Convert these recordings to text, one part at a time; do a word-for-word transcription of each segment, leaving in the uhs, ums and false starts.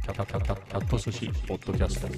キャキャキャキャキャット寿司ポッドキャスト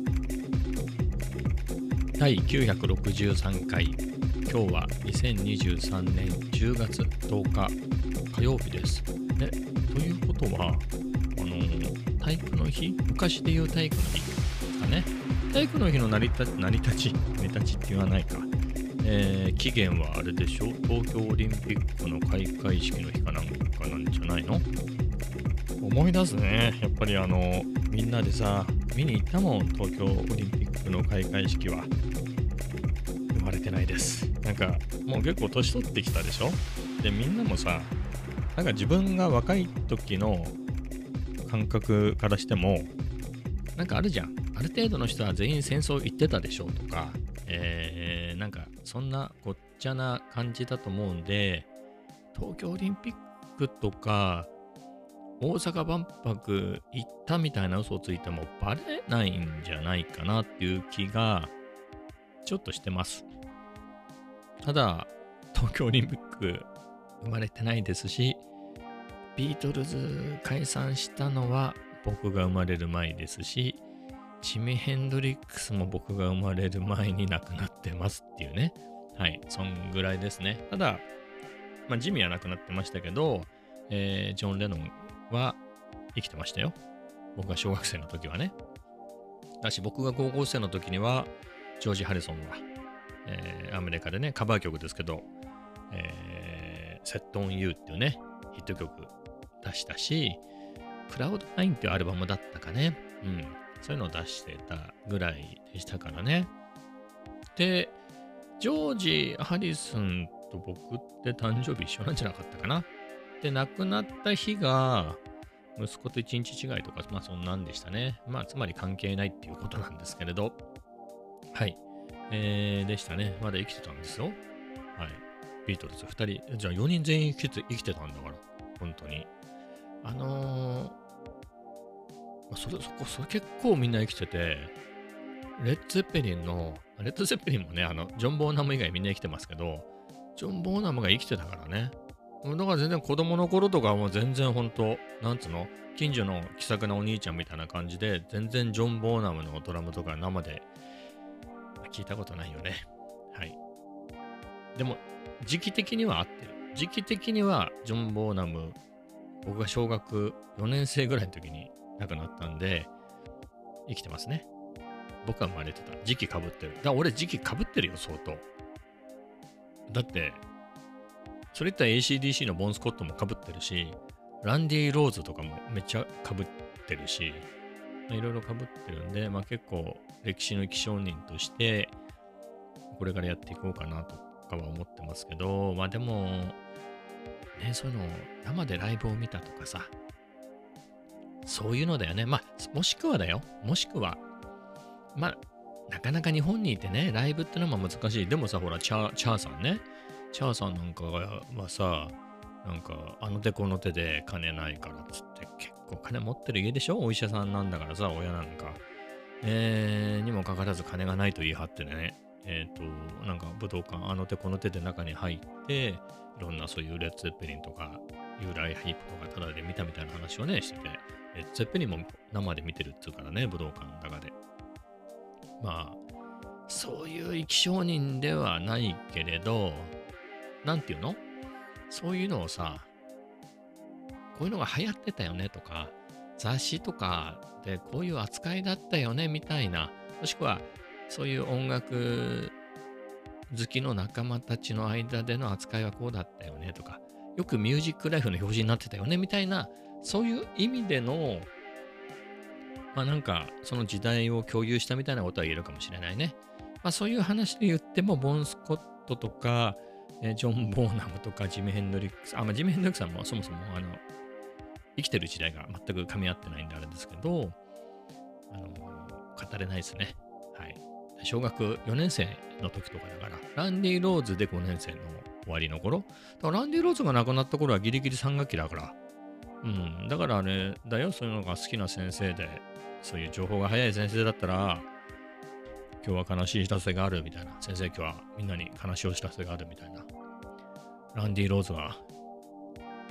だいきゅうひゃくろくじゅうさんかい。今日はにせんにじゅうさんねんじゅうがつとおか火曜日です。でということはあのー、体育の日、昔でいう体育の日ですかね。体育の日の成り立ち成り立ち成り立ちって言わないか、えー、期限はあれでしょ、東京オリンピックの開会式の日かなんかなんじゃないの。思い出すね。やっぱりあのみんなでさ見に行ったもん、東京オリンピックの開会式は。生まれてないです。なんかもう結構年取ってきたでしょ。でみんなもさ、なんか自分が若い時の感覚からしてもなんかあるじゃん。ある程度の人は全員戦争行ってたでしょとか、えー、なんかそんなごっちゃな感じだと思うんで、東京オリンピックとか大阪万博行ったみたいな嘘をついてもバレないんじゃないかなっていう気がちょっとしてます。ただ東京オリンピック生まれてないですし、ビートルズ解散したのは僕が生まれる前ですし、ジミ・ヘンドリックスも僕が生まれる前に亡くなってますっていうね。はい、そんぐらいですね。ただ、まあ、ジミは亡くなってましたけど、えー、ジョン・レノンは生きてましたよ。僕が小学生の時はね。だし、僕が高校生の時には、ジョージ・ハリソンが、えー、アメリカでね、カバー曲ですけど、えー、Set on You っていうね、ヒット曲出したし、クラウドナインっていうアルバムだったかね。うん。そういうのを出してたぐらいでしたからね。で、ジョージ・ハリソンと僕って誕生日一緒なんじゃなかったかな。で、亡くなった日が、息子と一日違いとか、まあそんなんでしたね。まあつまり関係ないっていうことなんですけれど。はい。えー、でしたね。まだ生きてたんですよ。はい。ビートルズふたり、じゃあよにん全員生きて、生きてたんだから。本当に。あのー、それ、そこ、それ結構みんな生きてて、レッド・ゼッペリンの、レッド・ゼッペリンもね、あの、ジョン・ボーナム以外みんな生きてますけど、ジョン・ボーナムが生きてたからね。だから全然子供の頃とかはもう全然本当なんつうの、近所の気さくなお兄ちゃんみたいな感じで、全然ジョン・ボーナムのドラムとか生で聞いたことないよね。はい。でも、時期的には合ってる。時期的にはジョン・ボーナム、僕が小学よねん生ぐらいの時に亡くなったんで、生きてますね。僕は生まれてた。時期かぶってる。だから俺時期かぶってるよ、相当。だって、それ言ったら エーシーディーシー のボン・スコットもかぶってるし、ランディ・ローズとかもめっちゃかぶってるし、いろいろかぶってるんで、まあ結構歴史の生き証人として、これからやっていこうかなとかは思ってますけど、まあでも、ね、そういうの生でライブを見たとかさ、そういうのだよね。まあ、もしくはだよ。もしくは、まあ、なかなか日本にいてね、ライブってのも難しい。でもさ、ほら、チャー、チャーさんね。チャーさんなんかはさ、なんか、あの手この手で金ないからっつって、結構金持ってる家でしょ、お医者さんなんだからさ、親なんか。えー、にもかかわらず金がないと言い張ってね、えっと、なんか武道館、あの手この手で中に入って、いろんなそういうレッド・ゼッペリンとか、ユーライ・ハイプとかタダで見たみたいな話をね、してて、レッド・ゼッペリンも生で見てるっつうからね、武道館の中で。まあ、そういう生き証人ではないけれど、なんていうの？そういうのをさ、こういうのが流行ってたよねとか、雑誌とかでこういう扱いだったよねみたいな、もしくはそういう音楽好きの仲間たちの間での扱いはこうだったよねとか、よくミュージックライフの表示になってたよねみたいな、そういう意味での、まあなんかその時代を共有したみたいなことは言えるかもしれないね。まあそういう話で言っても、ボン・スコットとか、えー、ジョン・ボーナムとかジミ・ヘンドリックス、あ、まあジミ・ヘンドリックスさんもそもそもあの生きてる時代が全く噛み合ってないんであれですけど、あのー、語れないですね。はい。小学よねん生の時とかだから、ランディ・ローズでごねん生の終わりの頃。だからランディ・ローズが亡くなった頃はギリギリさん学期だから。うん。だからあれだよ、そういうのが好きな先生で、そういう情報が早い先生だったら、今日は悲しい知らせがあるみたいな。先生今日はみんなに悲しいお知らせがあるみたいな。ランディ・ローズが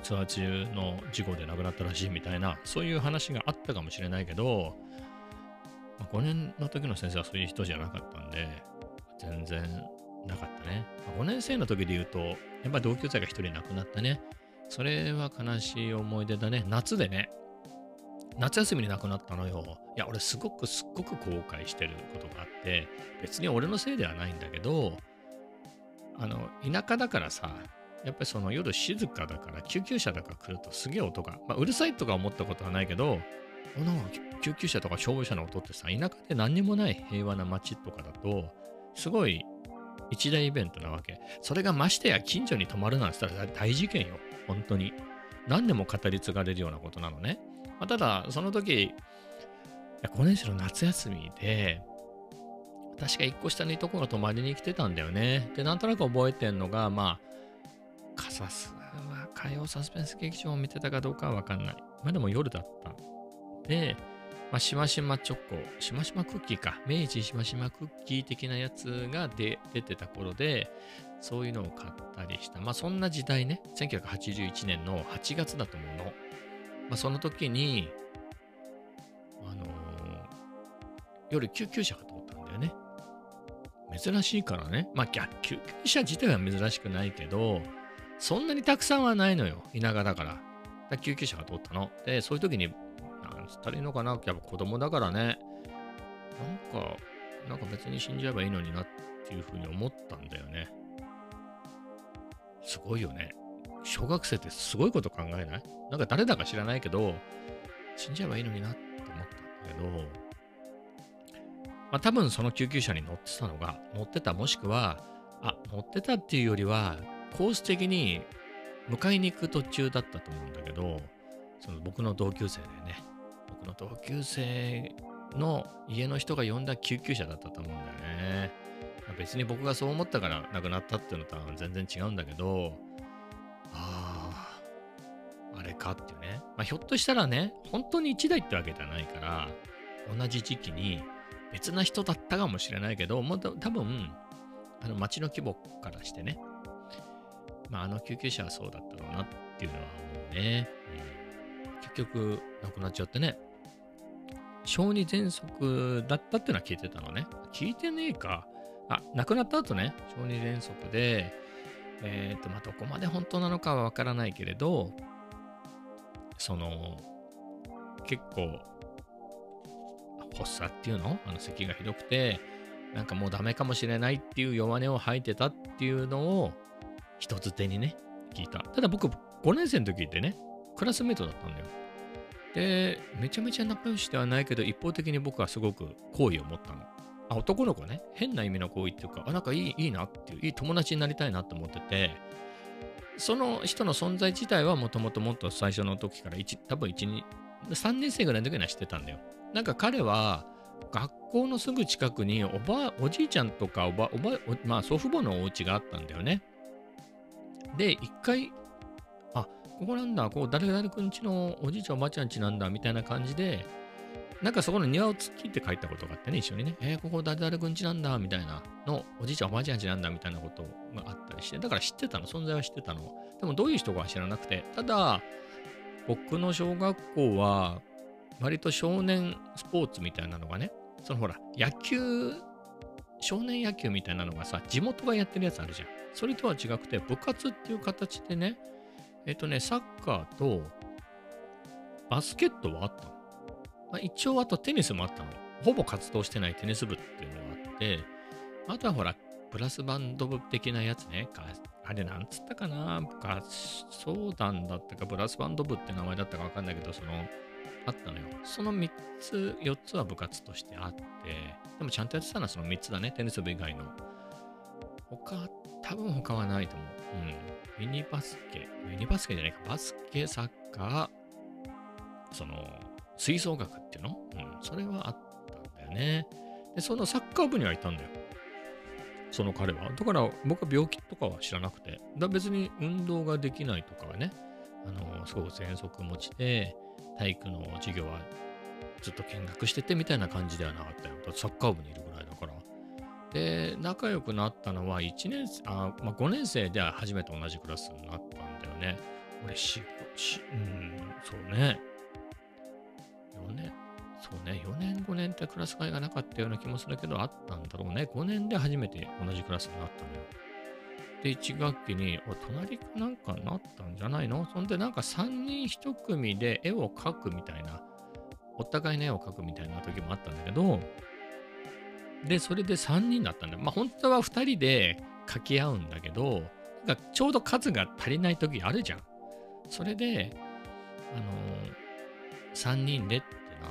ツアー中の事故で亡くなったらしいみたいな、そういう話があったかもしれないけど、まあ、ごねんの時の先生はそういう人じゃなかったんで、全然なかったね。まあ、ごねん生の時で言うと、やっぱり同級生が一人亡くなったね。それは悲しい思い出だね。夏でね、夏休みに亡くなったのよ。いや、俺すごくすっごく後悔してることがあって、別に俺のせいではないんだけど、あの、田舎だからさ、やっぱりその夜静かだから救急車とか来るとすげえ音が、まあ、うるさいとか思ったことはないけど、なんか救急車とか消防車の音ってさ、田舎で何にもない平和な街とかだと、すごい一大イベントなわけ。それがましてや近所に泊まるなんて言ったら大事件よ。本当に。何でも語り継がれるようなことなのね。まあ、ただ、その時、ごねん生の夏休みで、確かいっこ下のいとこが泊まりに来てたんだよね。で、なんとなく覚えてんのが、まあ、カサスは火曜サスペンス劇場を見てたかどうかはわかんない。まあでも夜だった。で、まあ、しましまチョコ、しましまクッキーか。明治しましまクッキー的なやつが出出てた頃で、そういうのを買ったりした。まあそんな時代ね、せんきゅうひゃくはちじゅういちねんのはちがつだと思うの。まあその時に、あのー夜救急車が通ったんだよね。珍しいからね。まあ救急車自体は珍しくないけど、そんなにたくさんはないのよ。田舎だから。だから救急車が通ったの。で、そういう時に、なんつったらいいのかな。やっぱ子供だからね。なんか、なんか別に死んじゃえばいいのになっていうふうに思ったんだよね。すごいよね。小学生ってすごいこと考えない？なんか誰だか知らないけど、死んじゃえばいいのになって思ったんだけど、まあ多分その救急車に乗ってたのが、乗ってたもしくは、あ、乗ってたっていうよりは、コース的に迎えに行く途中だったと思うんだけど、その僕の同級生でね、僕の同級生の家の人が呼んだ救急車だったと思うんだよね。別に僕がそう思ったから亡くなったっていうのとは全然違うんだけど、ああ、あれかっていうね。まあ、ひょっとしたらね、本当に一台ってわけじゃないから、同じ時期に別な人だったかもしれないけど、もう多分、あの街の規模からしてね、まあ、あの救急車はそうだったろうなっていうのは思うね。うん、結局、亡くなっちゃってね。小児喘息だったっていうのは聞いてたのね。聞いてねえか。あ、亡くなった後ね、小児喘息で、えっと、まあ、どこまで本当なのかはわからないけれど、その、結構、発作っていうのあの咳がひどくて、なんかもうダメかもしれないっていう弱音を吐いてたっていうのを、一つ手にね、聞いた。ただ僕、ごねん生の時ってね、クラスメートだったんだよ。で、めちゃめちゃ仲良しではないけど、一方的に僕はすごく好意を持ったの。あ、男の子ね、変な意味の好意っていうか、あ、なんかいい、いいなっていう、いい友達になりたいなと思ってて、その人の存在自体はもともともっと最初の時から1、多分いち、に、さんねん生ぐらいの時には知ってたんだよ。なんか彼は、学校のすぐ近くにおば、おじいちゃんとかおば、おば、おまあ祖父母のお家があったんだよね。で、一回、あ、ここなんだ、こう、誰々くんちのおじいちゃんおばあちゃんちなんだ、みたいな感じで、なんかそこの庭を突っ切って帰ったことがあってね、一緒にね、えー、ここ誰々くんちなんだ、みたいなの、おじいちゃんおばあちゃんちなんだ、みたいなことがあったりして、だから知ってたの、存在は知ってたの。でもどういう人かは知らなくて、ただ、僕の小学校は、割と少年スポーツみたいなのがね、そのほら、野球、少年野球みたいなのがさ、地元がやってるやつあるじゃん。それとは違くて、部活っていう形でね、えっとね、サッカーとバスケットはあったの。まあ、一応、あとテニスもあったの。ほぼ活動してないテニス部っていうのがあって、あとはほら、ブラスバンド部的なやつね。あれなんつったかな、合唱団だったか、ブラスバンド部って名前だったかわかんないけど、その、あったのよ。そのみっつ、よっつは部活としてあって、でもちゃんとやってたのはそのみっつだね。テニス部以外の。他、多分他はないと思う。うん。ミニバスケ、ミニバスケじゃないか。バスケ、サッカー、その、吹奏楽っていうの？うん。それはあったんだよね。で、そのサッカー部にはいたんだよ。その彼は。だから僕は病気とかは知らなくて。だ別に運動ができないとかはね、あの、すごく喘息持ちで、体育の授業はずっと見学しててみたいな感じではなかったよ。だってサッカー部にいるぐらいだから。で、仲良くなったのはいちねん生、あ、まあ、ごねん生では初めて同じクラスになったんだよね。 俺し、し、うん、そうね。よねん、そうね、よねんごねんってクラス替えがなかったような気もするけど、あったんだろうね。ごねんで初めて同じクラスになったのよ。で、いち学期に、お隣かなんかなったんじゃないの。そんでなんかさんにんひと組で絵を描くみたいな、お互いの絵を描くみたいな時もあったんだけど、で、それでさんにんだったんだよ。まあ本当はふたりで描き合うんだけど、なんかちょうど数が足りない時あるじゃん。それで、あのー、さんにんでってなって、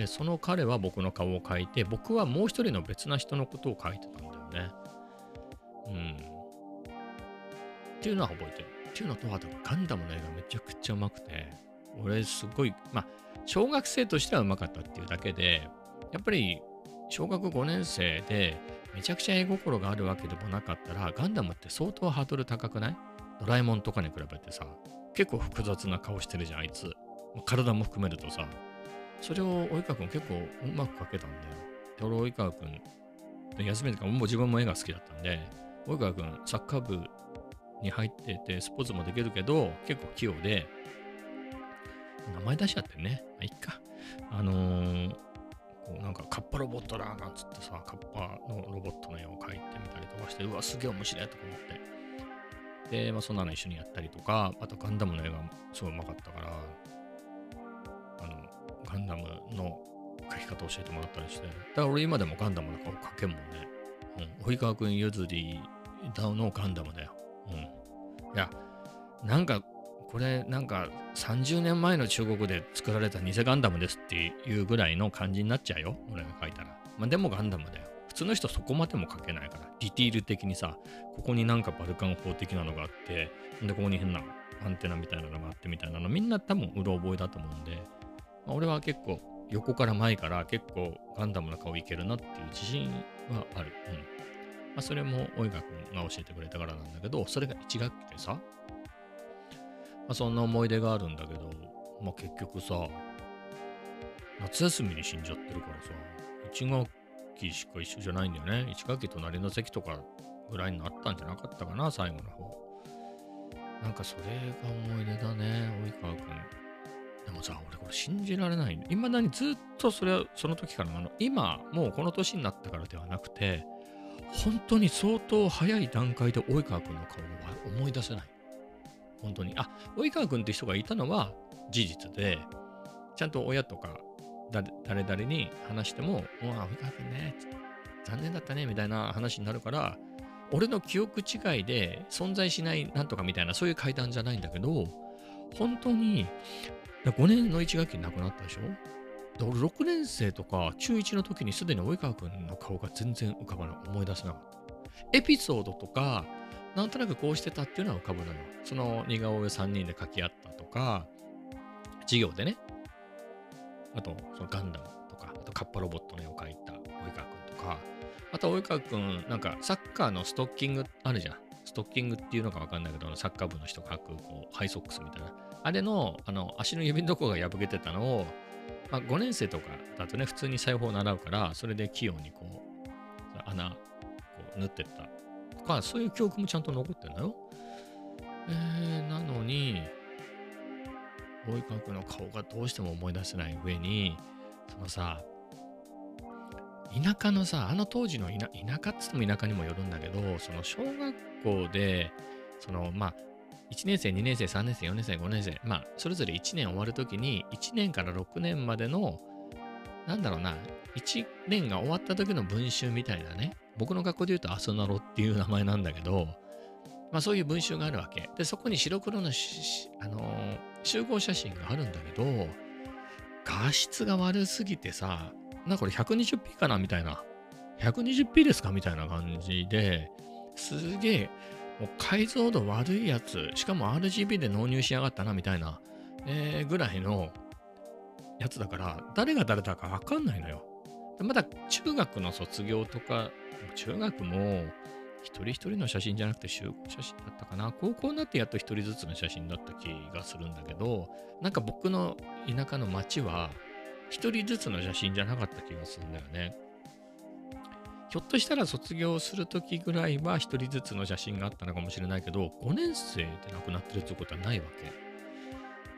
その彼は僕の顔を描いて、僕はもう一人の別な人のことを描いてたんだよね。うん。っていうのは覚えてる。っていうのと、あとガンダムの絵がめちゃくちゃうまくて、俺すごい、まあ、小学生としてはうまかったっていうだけで、やっぱり小学ごねん生でめちゃくちゃ絵心があるわけでもなかったら、ガンダムって相当ハードル高くない？ドラえもんとかに比べてさ、結構複雑な顔してるじゃん、あいつ。体も含めるとさ、それを及川くん結構うまく描けたんだよ。で、俺、及川くん、休みとかもう自分も絵が好きだったんで、及川くん、サッカー部に入ってて、スポーツもできるけど、結構器用で、名前出しちゃってね。まあ、いっか。あのー、こうなんかカッパロボットだなんつってさ、カッパのロボットの絵を描いてみたりとかして、うわ、すげえ面白いとか思って。で、まあそんなの一緒にやったりとか、あとガンダムの絵がすごいうまかったから、あの、ガンダムの描き方教えてもらったりして、だから俺今でもガンダムの顔描けんもんね。うん。及川くんゆずりダウのガンダムだよ。うん。いや、なんか、これ、なんか、さんじゅうねんまえの中国で作られた偽ガンダムですっていうぐらいの感じになっちゃうよ。俺が書いたら。まあ、でもガンダムだよ。普通の人そこまでも書けないから。ディティール的にさ、ここになんかバルカン砲的なのがあって、で、ここに変なアンテナみたいなのがあってみたいなの、みんな多分うろ覚えだと思うんで、まあ、俺は結構、横から前から結構ガンダムの顔いけるなっていう自信はある。うん。まあ、それも及川君が教えてくれたからなんだけど、それがいち学期でさ、まあ、そんな思い出があるんだけど、まあ、結局さ、夏休みに死んじゃってるからさ、いち学期しか一緒じゃないんだよね。いち学期隣の席とかぐらいになったんじゃなかったかな、最後の方。なんかそれが思い出だね、及川くん。でもさ、俺これ信じられない。いまだにずっとそれは、その時からあの、今、もうこの年になったからではなくて、本当に相当早い段階で及川くんの顔を思い出せない。本当に。あ、及川くんって人がいたのは事実で、ちゃんと親とか誰誰々に話しても、うわ、及川くんね、残念だったね、みたいな話になるから、俺の記憶違いで存在しないなんとかみたいな、そういう階段じゃないんだけど、本当に、ごねんのいち学期に亡くなったでしょ。で俺ろくねん生とか中いちの時にすでに及川くんの顔が全然浮かばない。思い出せなかった。エピソードとか、なんとなくこうしてたっていうのは浮かぶのよ。その似顔絵さんにんで描き合ったとか、授業でね、あとそのガンダムとか、あとカッパロボットの絵を描いた及川くんとか、あと及川くん、なんかサッカーのストッキングあるじゃん。ストッキングっていうのかわかんないけど、サッカー部の人が履くこうハイソックスみたいな。あれの、あの、足の指のとこが破けてたのを、まあ、ごねん生とかだとね、普通に裁縫を習うから、それで器用にこう、穴、こう縫ってったとか、そういう記憶もちゃんと残ってるのよ。えー、なのに、及川君の顔がどうしても思い出せない上に、そのさ、田舎のさ、あの当時の田田舎っつっても田舎にもよるんだけど、その小学校で、その、まあ、いちねん生、にねん生、さんねん生、よねん生、ごねん生、まあ、それぞれいちねん終わるときに、いちねんからろくねんまでの、なんだろうな、いちねんが終わった時の文集みたいなね、僕の学校で言うとアソナロっていう名前なんだけど、まあそういう文集があるわけ。で、そこに白黒のし、あのー集合写真があるんだけど、画質が悪すぎてさ、なんかこれ ひゃくにじゅうピー かなみたいな。ひゃくにじゅうピー ですかみたいな感じで、すげえ、もう解像度悪いやつ、しかも アールジービー で納入しやがったなみたいな、えー、ぐらいのやつだから、誰が誰だかわかんないのよ。まだ中学の卒業とか、中学も一人一人の写真じゃなくて集合写真だったかな。高校になってやっと一人ずつの写真だった気がするんだけど、なんか僕の田舎の町は一人ずつの写真じゃなかった気がするんだよね。ひょっとしたら卒業するときぐらいは一人ずつの写真があったのかもしれないけど、ごねん生で亡くなってるってことはないわけ。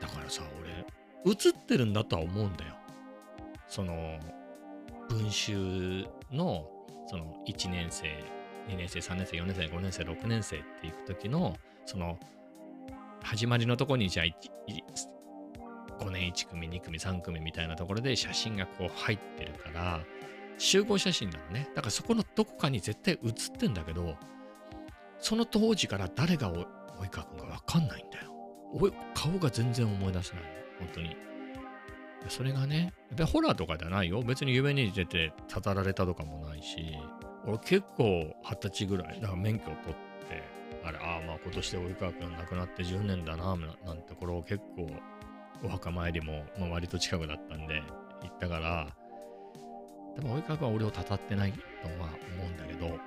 だからさ、俺、映ってるんだとは思うんだよ。その、文集の、そのいちねん生、にねん生、さんねん生、よねん生、ごねん生、ろくねん生っていくときの、その、始まりのところに、じゃあ、ごねんいち組、に組、さん組みたいなところで写真がこう入ってるから、集合写真なのね。だからそこのどこかに絶対写ってんだけど、その当時から誰が及川くんかわかんないんだよ。顔が全然思い出せないの。本当に。それがね、でホラーとかじゃないよ。別に夢に出てたられたとかもないし、俺結構二十歳ぐらい、だから免許を取って、あれ、ああまあ今年で及川くん亡くなってじゅうねんだな、なんてこれを結構お墓参りも、まあ、割と近くだったんで行ったから、でも及川くんは俺をたたってないとは思うんだけど、うん。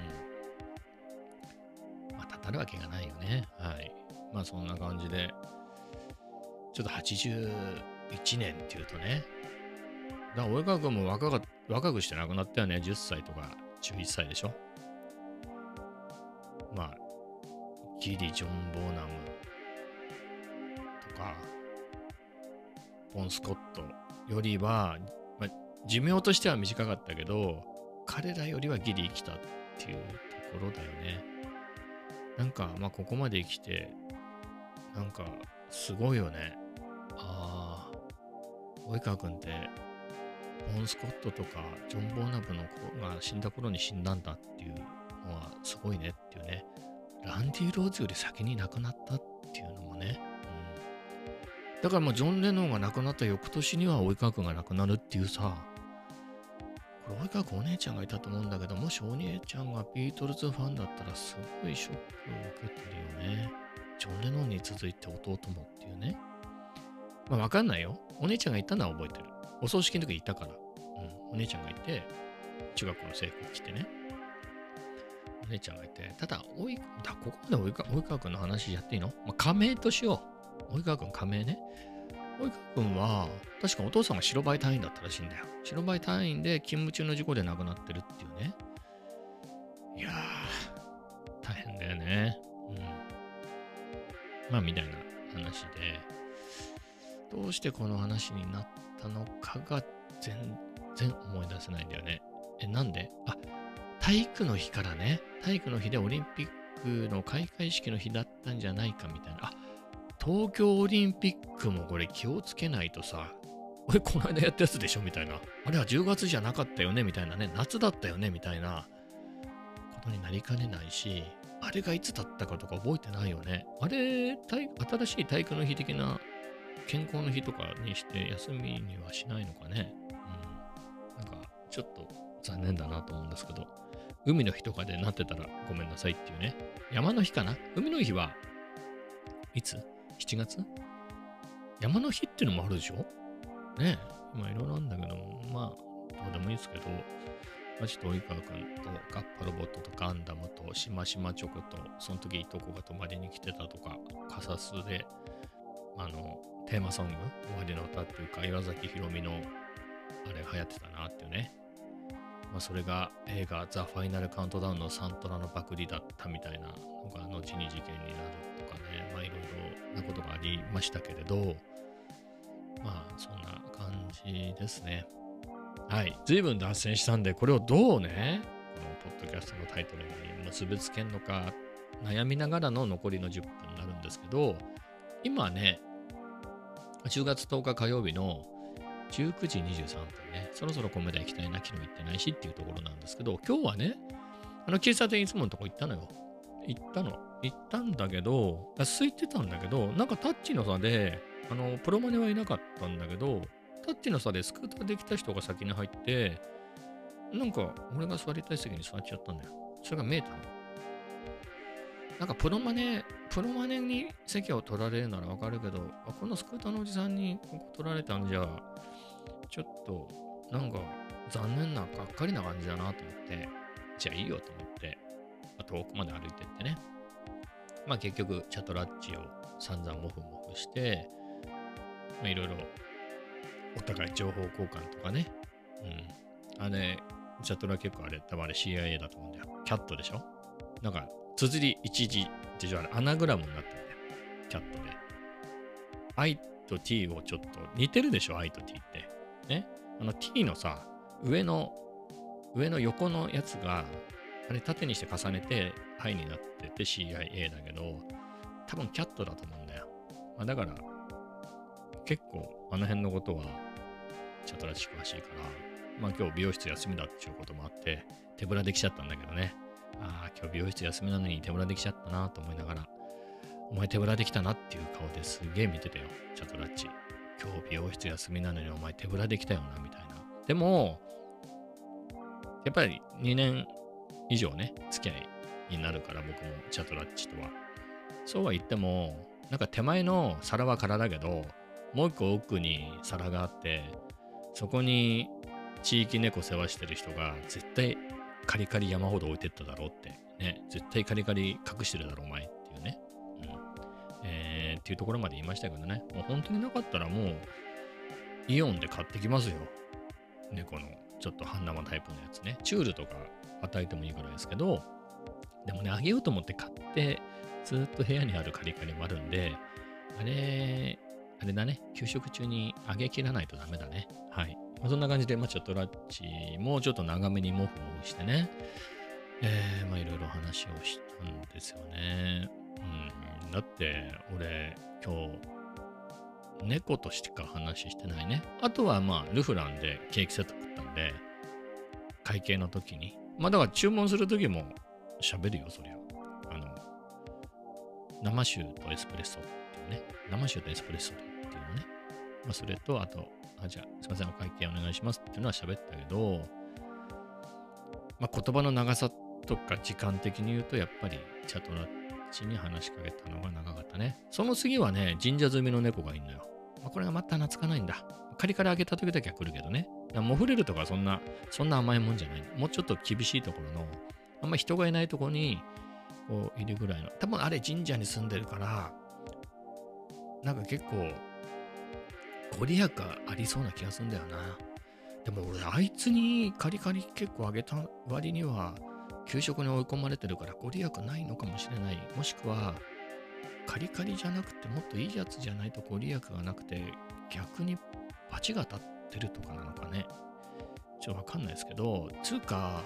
まあたたるわけがないよね。はい。まあそんな感じで、ちょっとはちじゅういちねんっていうとね、だから及川くんも若が若くして亡くなったよね。じゅっさいとかじゅういっさいでしょ。まあ、ギリ・ジョン・ボーナムとか、ボン・スコットよりは、まあ、寿命としては短かったけど、彼らよりはギリ生きたっていうところだよね。なんか、まあ、ここまで生きて、なんか、すごいよね。ああ、及川くんって、ボン・スコットとか、ジョン・ボーナムの子が死んだ頃に死んだんだっていうのは、すごいねっていうね。ランディ・ローズより先に亡くなったっていうのもね。うん、だからもうジョン・レノンが亡くなった翌年には及川くんが亡くなるっていうさ、これ及川くんお姉ちゃんがいたと思うんだけど、もしお姉ちゃんがビートルズファンだったらすごいショックを受けてるよね。ジョン・レノンに続いて弟もっていうね。まあわかんないよ。お姉ちゃんがいたのは覚えてる。お葬式の時にいたから。うん。お姉ちゃんがいて、中学校の制服着てね。お姉ちゃんがいて、ただ、おい、だ、ここまで及川、及川くんの話やっていいの？まあ、仮名としよう。及川くん仮名ね。及川くんは、確かお父さんが白バイ隊員だったらしいんだよ。白バイ隊員で勤務中の事故で亡くなってるっていうね。いやー、大変だよね。うん。まあ、みたいな話で、どうしてこの話になったのかが全然思い出せないんだよね。え、なんで？あ、体育の日からね、体育の日でオリンピックの開会式の日だったんじゃないかみたいな。あ、東京オリンピックもこれ気をつけないとさ、俺この間やったやつでしょみたいな。あれはじゅうがつじゃなかったよねみたいなね。夏だったよねみたいなことになりかねないし、あれがいつだったかとか覚えてないよね。あれ、新しい体育の日的な健康の日とかにして休みにはしないのかね。うん。なんか、ちょっと残念だなと思うんですけど、海の日とかでなってたらごめんなさいっていうね。山の日かな？海の日はいつ？ しち 月？山の日っていうのもあるでしょ？ねえ。今いろいろあるんだけど、まあ、どうでもいいですけど、まあ、ちょっと及川くんとガッパロボットとガンダムとしましまチョコと、その時いとこが泊まりに来てたとか、カサスで、あの、テーマソング、終わりの歌っていうか、岩崎宏美のあれが流行ってたなっていうね。まあ、それが映画ザ・ファイナル・カウントダウンのサントラのパクリだったみたいなのが後に事件になるとかね、まあいろいろなことがありましたけれど、まあそんな感じですね。はい。随分脱線したんで、これをどうね、このポッドキャストのタイトルに結びつけんのか悩みながらの残りのじゅっぷんになるんですけど、今ね、じゅうがつとおか火曜日のじゅうくじにじゅうさんぷんね、そろそろ米田行きたいな、昨日行ってないしっていうところなんですけど、今日はね、あの喫茶店いつものとこ行ったのよ。行ったの。行ったんだけど、空いてたんだけど、なんかタッチの差で、あの、プロマネはいなかったんだけど、タッチの差でスクーターできた人が先に入って、なんか俺が座りたい席に座っちゃったんだよ。それが見えたの。なんかプロマネ、プロマネに席を取られるならわかるけど、あ、このスクーターのおじさんにここ取られたんじゃ、ちょっと、なんか残念な、がっかりな感じだなと思って、じゃあいいよと思って、まあ、遠くまで歩いてってね。まあ結局、チャトラッチを散々モフモフして、まあいろいろお互い情報交換とかね。うん。あれ、チャトラ結構あれ、多分あれ シーアイエー だと思うんだよ。キャットでしょ？なんか、綴り一時、事情あれ、アナグラムになってるんだよ。キャットで。 I と T をちょっと似てるでしょ、I と T って。ね。あの T のさ、上の、上の横のやつが、あれ縦にして重ねて I になってて シーアイエー だけど、多分キャットだと思うんだよ。まあ、だから、結構あの辺のことは、チャトラッチ詳しいから、まあ今日美容室休みだっていうこともあって、手ぶらできちゃったんだけどね。ああ、今日美容室休みなのに手ぶらできちゃったなと思いながら、お前手ぶらできたなっていう顔ですげえ見てたよ、チャトラッチ。今日美容室休みなのにお前手ぶらできたよな、みたいな。でも、やっぱりにねん以上ね、付き合いになるから僕もチャトラッチとは。そうは言っても、なんか手前の皿は空だけど、もう一個奥に皿があって、そこに地域猫世話してる人が絶対カリカリ山ほど置いてっただろうってね、絶対カリカリ隠してるだろうお前っていうね、うんえー、っていうところまで言いましたけどね、もう本当になかったらもうイオンで買ってきますよ、猫のちょっと半生タイプのやつね、チュールとか与えてもいいぐらいですけど、でもね、あげようと思って買ってずっと部屋にあるカリカリもあるんで、あれあれだね、給食中にあげきらないとダメだね。はい。まあ、そんな感じで、まあ、チャトラッチもちょっと長めにモフモフしてね、えー、まあいろいろ話をしたんですよね。うん。だって、俺、今日、猫としか話してないね。あとは、まあ、ルフランでケーキセット食ったんで、会計の時に。まあ、だから注文する時も喋るよ、そりゃ。あの、生酒とエスプレッソっていうね。生酒とエスプレッソで。ねまあ、それと、あと、あじゃあ、すいません、お会計お願いしますっていうのは喋ったけど、まあ、言葉の長さとか時間的に言うと、やっぱりチャトラッチに話しかけたのが長かったね。その次はね、神社積みの猫がいるのよ。まあ、これがまた懐かないんだ。カリカリあげた時だけは来るけどね。モフレルとかそんな、そんな甘いもんじゃない。もうちょっと厳しいところの、あんま人がいないところに、こう、いるぐらいの。多分あれ神社に住んでるから、なんか結構、ご利益ありそうな気がするんだよな。でも俺、あいつにカリカリ結構あげた割には、給食に追い込まれてるからご利益ないのかもしれない。もしくは、カリカリじゃなくてもっといいやつじゃないとご利益がなくて、逆にバチが当たってるとかなのかね。ちょっとわかんないですけど、つうか、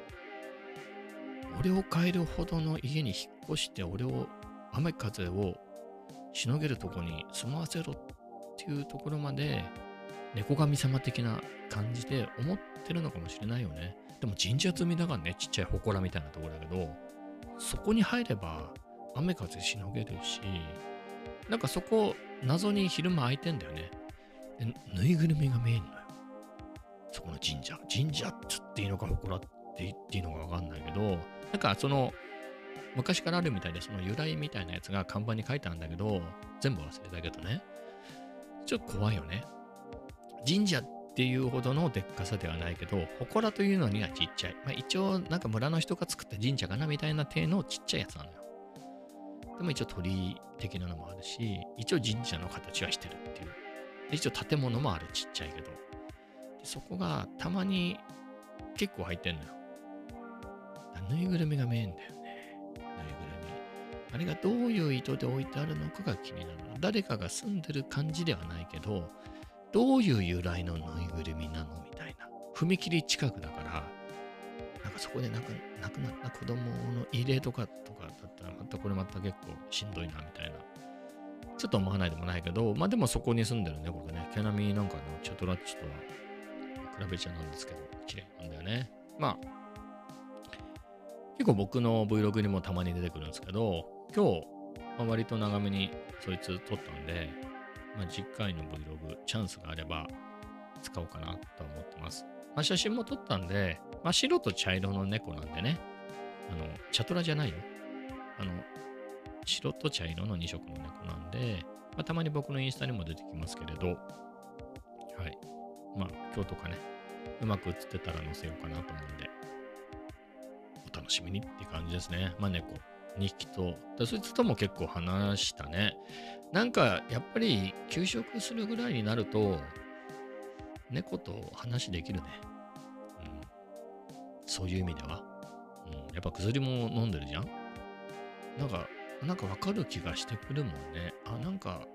俺を変えるほどの家に引っ越して、俺を、雨風をしのげるとこに住まわせろっていうところまで猫神様的な感じで思ってるのかもしれないよね。でも神社積みだからね、ちっちゃい祠みたいなところだけど、そこに入れば雨風しのげるし、なんかそこ謎に昼間空いてんだよね。でぬいぐるみが見えんのよ。そこの神社。神社っつっていいのか祠って言っていいのかわかんないけど、なんかその昔からあるみたいで、その由来みたいなやつが看板に書いてあるんだけど、全部忘れたけどね。ちょっと怖いよね。神社っていうほどのでっかさではないけど、祠というのにはちっちゃい。まあ一応なんか村の人が作った神社かなみたいな体のちっちゃいやつなのよ。でも一応鳥居的なのもあるし、一応神社の形はしてるっていう。で一応建物もある、ちっちゃいけど。でそこがたまに結構入ってんのよ。ぬいぐるみが見えんだよね。ぬいぐるみ。あれがどういう意図で置いてあるのかが気になる。誰かが住んでる感じではないけど、どういう由来のぬいぐるみなのみたいな。踏切近くだから、なんかそこで亡く亡くなった子供の入れとかとかだったら、またこれまた結構しんどいなみたいな。ちょっと思わないでもないけど、まあでもそこに住んでる猫でね、毛並みなんかのチャトラッチとは比べちゃなんですけど、綺麗なんだよね。まあ、結構僕の Vlog にもたまに出てくるんですけど、今日、まあ、割と長めにそいつ撮ったんで、まあ、次回の Vlog、チャンスがあれば使おうかなと思ってます。まあ、写真も撮ったんで、まあ、白と茶色の猫なんでね、あの、チャトラじゃないよ。あの、白と茶色のに色の猫なんで、まあ、たまに僕のインスタにも出てきますけれど、はい。まあ、今日とかね、うまく写ってたら載せようかなと思うんで、お楽しみにって感じですね。まあ、猫にひきと、そいつとも結構話したね。なんか、やっぱり、休職するぐらいになると、猫と話できるね。うん。そういう意味では。うん。やっぱ薬も飲んでるじゃん。なんか、なんかわかる気がしてくるもんね。あ、なんか、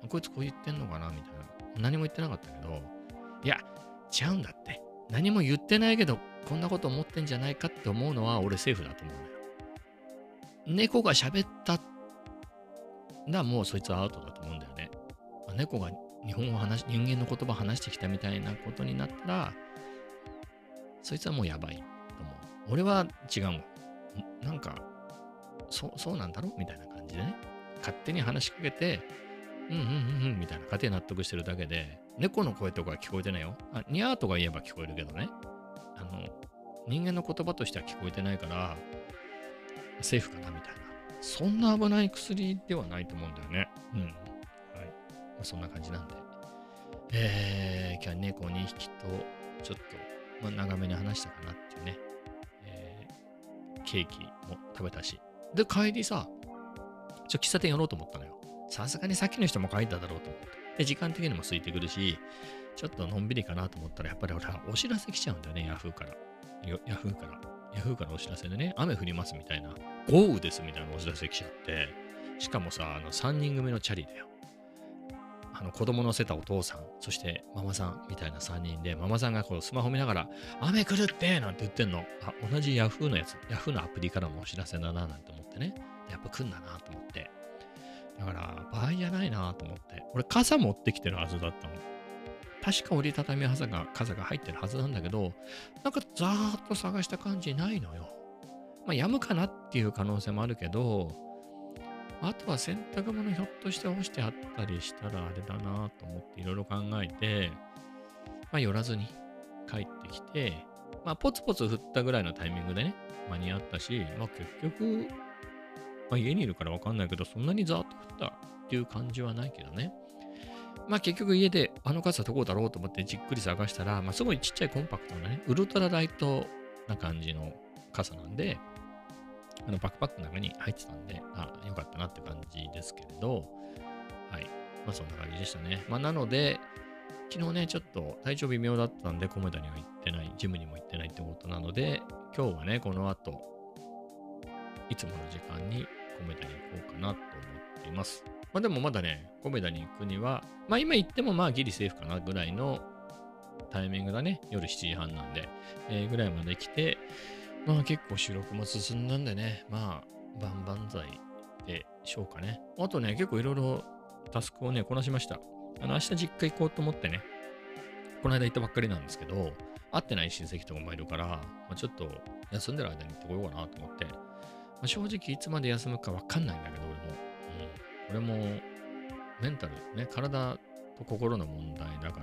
こいつこう言ってんのかなみたいな。何も言ってなかったけど、いや、違うんだって。何も言ってないけど、こんなこと思ってんじゃないかって思うのは俺セーフだと思うんだよ。猫が喋ったらもうそいつはアウトだと思うんだよね。まあ、猫が日本語話し、人間の言葉話してきたみたいなことになったら、そいつはもうやばいと思う。俺は違うもん。なんか、そう、そうなんだろみたいな感じでね。勝手に話しかけて、うんうんうんうんみたいな、勝手に納得してるだけで、猫の声とかは聞こえてないよ。あ、ニャーとか言えば聞こえるけどね。あの、人間の言葉としては聞こえてないから、セーフかなみたいな。そんな危ない薬ではないと思うんだよね。うん。はい。まあ、そんな感じなんで。えー、今日は猫にひきと、ちょっと、まあ、長めに話したかなっていうね。えー、ケーキも食べたし。で、帰りさ、ちょ、喫茶店寄ろうと思ったのよ。さすがにさっきの人も帰っただろうと思って。で、時間的にも空いてくるし、ちょっとのんびりかなと思ったら、やっぱり俺はお知らせ来ちゃうんだよね、ヤフーから。ヤフーから。ヤフーからお知らせでね、雨降りますみたいな、豪雨ですみたいなお知らせ来ちゃって、しかもさ、あのさんにん組のチャリだよ。あの子供乗せたお父さん、そしてママさんみたいなさんにんで、ママさんがこうスマホ見ながら、雨来るってなんて言ってんの。あ、同じヤフーのやつ、ヤフーのアプリからのお知らせだななんて思ってね。やっぱ来んだなと思って。だから、場合じゃないなと思って。俺、傘持ってきてるはずだったの。確か折りたたみ傘が、傘が入ってるはずなんだけど、なんかざーっと探した感じないのよ。まあ、やむかなっていう可能性もあるけど、あとは洗濯物ひょっとして干してあったりしたらあれだなと思っていろいろ考えて、まあ、寄らずに帰ってきて、まあ、ポツポツ降ったぐらいのタイミングでね、間に合ったし、まあ、結局、まあ、家にいるからわかんないけど、そんなにざーっと降ったっていう感じはないけどね。まあ結局家であの傘どこだろうと思ってじっくり探したら、まあすごいちっちゃいコンパクトなね、ウルトラライトな感じの傘なんで、あのバックパックの中に入ってたんで、あ、よかったなって感じですけれど、はい。まあそんな感じでしたね。まあなので、昨日ね、ちょっと体調微妙だったんで、コメダには行ってない、ジムにも行ってないってことなので、今日はね、この後、いつもの時間にコメダに行こうかなと思っています。まあでもまだね、コメダに行くには、まあ今行ってもまあギリセーフかなぐらいのタイミングだね。夜しちじはんなんで、えー、ぐらいまで来て、まあ結構収録も進んだんでね、まあ万々歳でしょうかね。あとね、結構いろいろタスクをね、こなしました。あの明日実家行こうと思ってね、この間行ったばっかりなんですけど、会ってない親戚とかもいるから、まあ、ちょっと休んでる間に行ってこようかなと思って、まあ、正直いつまで休むかわかんないんだけど、俺も。うん、俺もメンタル、ね、体と心の問題だから、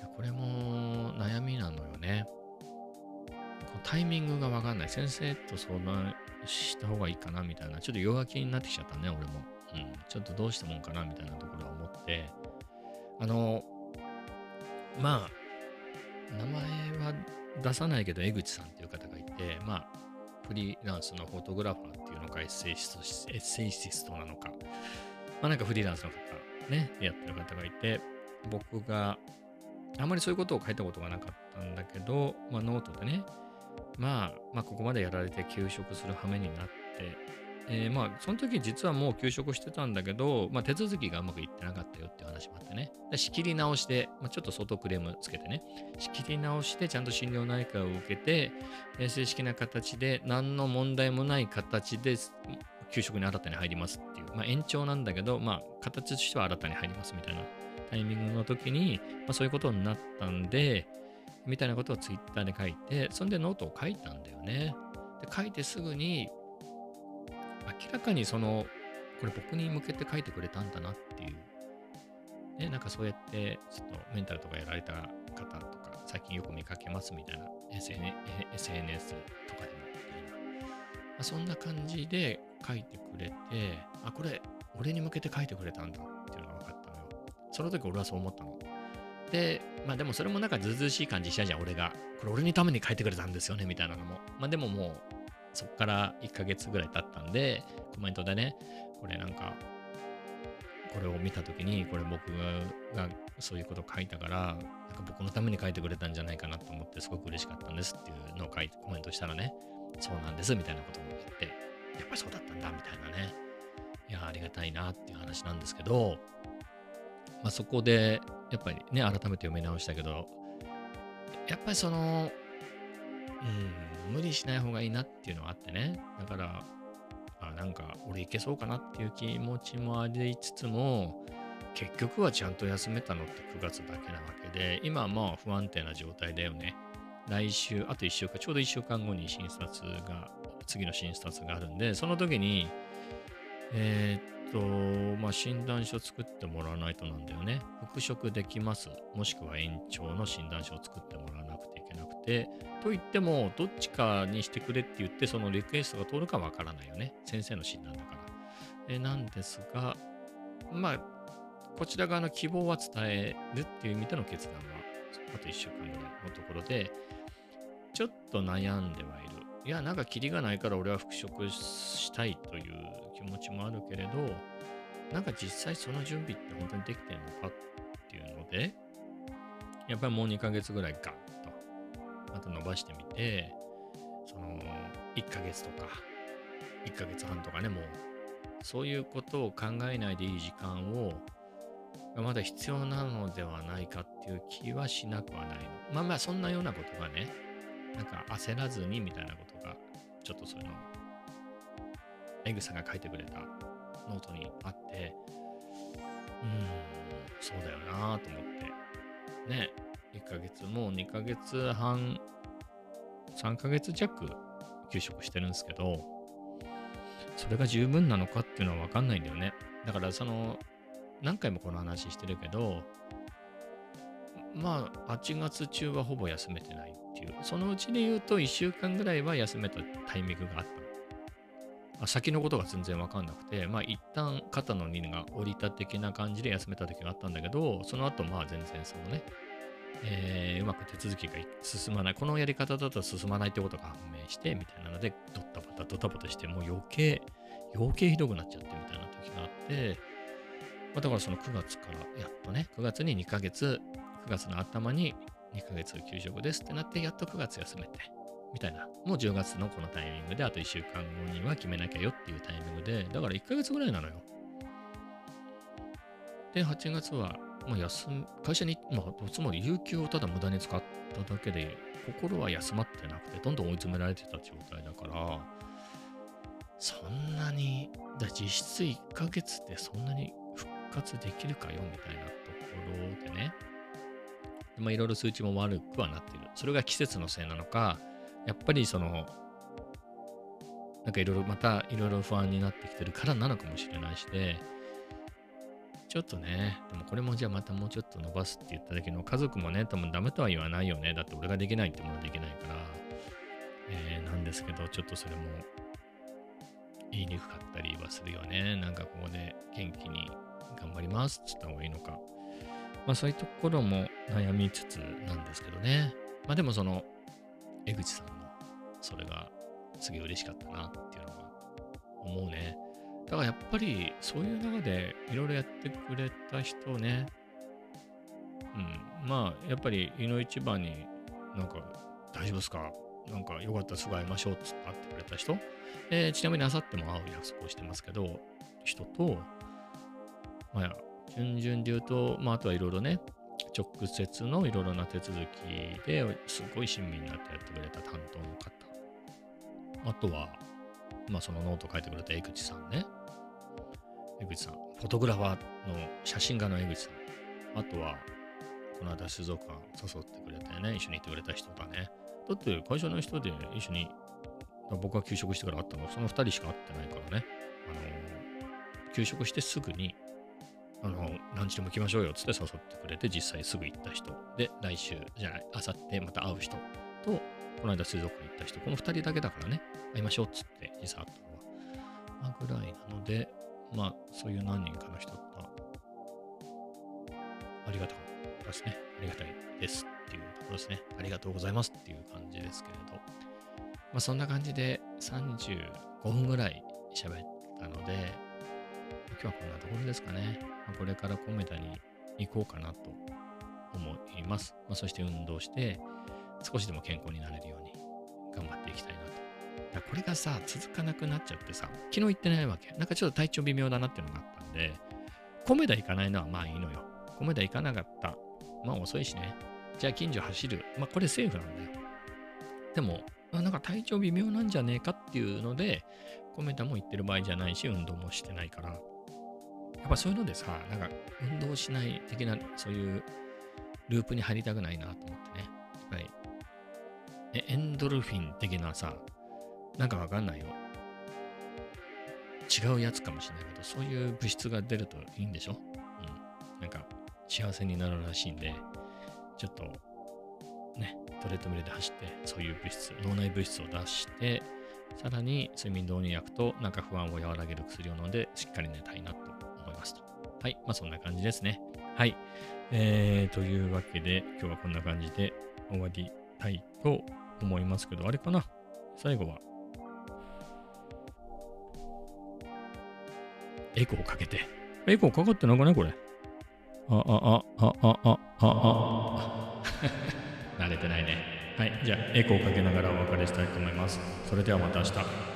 これも悩みなのよね。このタイミングがわかんない。先生と相談した方がいいかなみたいな、ちょっと弱気になってきちゃったね、俺も。うん、ちょっとどうしたもんかなみたいなところは思って、あの、まあ、名前は出さないけど、江口さんっていう方がいて、まあ、フリーランスのフォトグラファーっていうのか、エッセイスト、エッセイシストなのか、まあなんかフリーランスの方、ね、やってる方がいて、僕があまりそういうことを書いたことがなかったんだけど、まあノートでね、まあ、まあここまでやられて休職する羽目になって、えー、まあその時実はもう休職してたんだけど、まあ手続きがうまくいってなかったよっていう話もあってね、で仕切り直して、まあ、ちょっと相当クレームつけてね、仕切り直してちゃんと心療内科を受けて、えー、正式な形で何の問題もない形で休職に新たに入りますっていう、まあ延長なんだけど、まあ形としては新たに入りますみたいなタイミングの時に、まあそういうことになったんで、みたいなことをツイッターで書いて、そんでノートを書いたんだよね。で書いてすぐに、明らかにその、これ僕に向けて書いてくれたんだなっていう。ね、なんかそうやって、ちょっとメンタルとかやられた方とか、最近よく見かけますみたいな、エスエヌエス とかでもみたいな。まあ、そんな感じで書いてくれて、あ、これ、俺に向けて書いてくれたんだっていうのが分かったのよ。その時俺はそう思ったの。で、まあでもそれもなんかずうずうしい感じしたじゃん、俺が。これ俺のために書いてくれたんですよね、みたいなのも。まあでももう、そっからいっかげつぐらい経ったんで、コメントでね、これなんか、これを見たときに、これ僕がそういうことを書いたから、なんか僕のために書いてくれたんじゃないかなと思って、すごく嬉しかったんですっていうのを書いてコメントしたらね、そうなんですみたいなことを言って、やっぱりそうだったんだみたいなね、 いや、ありがたいなっていう話なんですけど、まあ、そこで、やっぱりね、改めて読み直したけど、やっぱりその、うん、無理しない方がいいなっていうのがあってね。だから、あ、なんか俺いけそうかなっていう気持ちもありつつも、結局はちゃんと休めたのってくがつだけなわけで、今はまあ不安定な状態だよね。来週、あといっしゅうかん、ちょうどいっしゅうかんごに診察が、次の診察があるんで、その時に、えーっと、まあ、診断書作ってもらわないとなんだよね。復職できます。もしくは延長の診断書を作ってもらわなくていけなくて、と言っても、どっちかにしてくれって言って、そのリクエストが通るかわからないよね。先生の診断だから。えーなんですが、まあ、こちら側の希望は伝えるっていう意味での決断は、あといっしゅうかんぐらいのところで、ちょっと悩んではいる。いや、なんかキリがないから俺は復職したいという気持ちもあるけれど、なんか実際その準備って本当にできてるのかっていうので、やっぱりもうにかげつぐらいガッと、また伸ばしてみて、そのいっかげつとか、いっかげつはんとかね、もう、そういうことを考えないでいい時間を、まだ必要なのではないかっていう気はしなくはないの。まあまあ、そんなようなことがね、なんか焦らずにみたいなことが、ちょっとそういうの、エグさが書いてくれたノートにあって、うーん、そうだよなと思って。ね、いっかげつ、もうにかげつはん、さんかげつ弱休職してるんですけど、それが十分なのかっていうのはわかんないんだよね。だからその、何回もこの話してるけど、まあ、はちがつ中はほぼ休めてないっていう。そのうちで言うといっしゅうかんぐらいは休めたタイミングがあったの。あ、先のことが全然わかんなくて、まあ一旦肩の荷が下りた的な感じで休めた時があったんだけど、その後まあ全然そのね、えーうまく手続きが進まない。このやり方だと進まないってことが判明して、みたいなので、ドッタバタドタバタして、もう余計、余計ひどくなっちゃってみたいな時があって、まあ、だからそのくがつからやっとね、くがつににかげつ、くがつの頭ににかげつ休職ですってなって、やっとくがつ休めて、みたいな。もうじゅうがつのこのタイミングで、あといっしゅうかんごには決めなきゃよっていうタイミングで、だからいっかげつぐらいなのよ。で、はちがつは、まあ、休む、会社に、まあ、つまり有給をただ無駄に使っただけで、心は休まってなくて、どんどん追い詰められてた状態だから、そんなに、だ実質いっかげつってそんなに復活できるかよみたいなところでね、まあいろいろ数値も悪くはなっている。それが季節のせいなのか、やっぱりその、なんかいろいろまたいろいろ不安になってきてるからなのかもしれないしで、ちょっとね、でもこれもじゃあまたもうちょっと伸ばすって言った時の家族もね、多分ダメとは言わないよね。だって俺ができないってものはできないから、えー、なんですけど、ちょっとそれも言いにくかったりはするよね。なんかここで元気に頑張りますって言った方がいいのか。まあそういうところも悩みつつなんですけどね。まあでもその、江口さんのそれがすげえ嬉しかったなっていうのは思うね。だからやっぱりそういう中でいろいろやってくれた人ね。うん。まあやっぱり井の一番になんか大丈夫ですか、なんかよかったらすぐ会いましょうっつって会ってくれた人。えーちなみにあさっても会う約束をしてますけど、人と、まあ、順々で言うと、まあ、あとはいろいろね、直接のいろいろな手続きですごい親身になってやってくれた担当の方。あとは、まあ、そのノート書いてくれた江口さんね。江口さん、フォトグラファーの写真家の江口さん。あとは、この間水族館誘ってくれてね、一緒に行ってくれた人がね。だって会社の人で一緒に、僕が休職してから会ったのはそのふたりしか会ってないからね。あの、休職してすぐに、あの、ランチでも行きましょうよっつって誘ってくれて、実際すぐ行った人。で、来週、じゃない、あさってまた会う人と、この間水族館行った人。このふたりだけだからね、会いましょうっつって実際会ったのは。まあ、ぐらいなので、まあ、そういう何人かの人が、ありがたかったですね。ありがたいですっていうところですね。ありがとうございますっていう感じですけれど。まあ、そんな感じでさんじゅうごふんぐらい喋ったので、今日はこんなところですかね。まあ、これからコメダに行こうかなと思います。まあ、そして運動して、少しでも健康になれるように頑張っていきたいなとだこれがさ、続かなくなっちゃってさ、昨日行ってないわけ。なんかちょっと体調微妙だなっていうのがあったんで、コメダ行かないのはまあいいのよ。コメダ行かなかった。まあ遅いしね。じゃあ近所走る。まあこれセーフなんだよ。でも、なんか体調微妙なんじゃねえかっていうので、コメダも行ってる場合じゃないし、運動もしてないから、やっぱそういうのでさ、なんか運動しない的な、そういうループに入りたくないなと思ってね。はい。え、エンドルフィン的なさ、なんかわかんないよ。違うやつかもしれないけど、そういう物質が出るといいんでしょ？うん。なんか幸せになるらしいんで、ちょっとね、トレッドミルで走って、そういう物質、脳内物質を出して、さらに睡眠導入薬となんか不安を和らげる薬を飲んで、しっかり寝たいなと思いますと。はい。まあそんな感じですね。はい。えー、というわけで、今日はこんな感じで終わりたいと思いますけど、あれかな？最後は、エコーかけて。エコーかかってなくないこれ。あ、あ、あ、あ、あ、あ、あ、あ。慣れてないね。はい。じゃあ、エコーかけながらお別れしたいと思います。それではまた明日。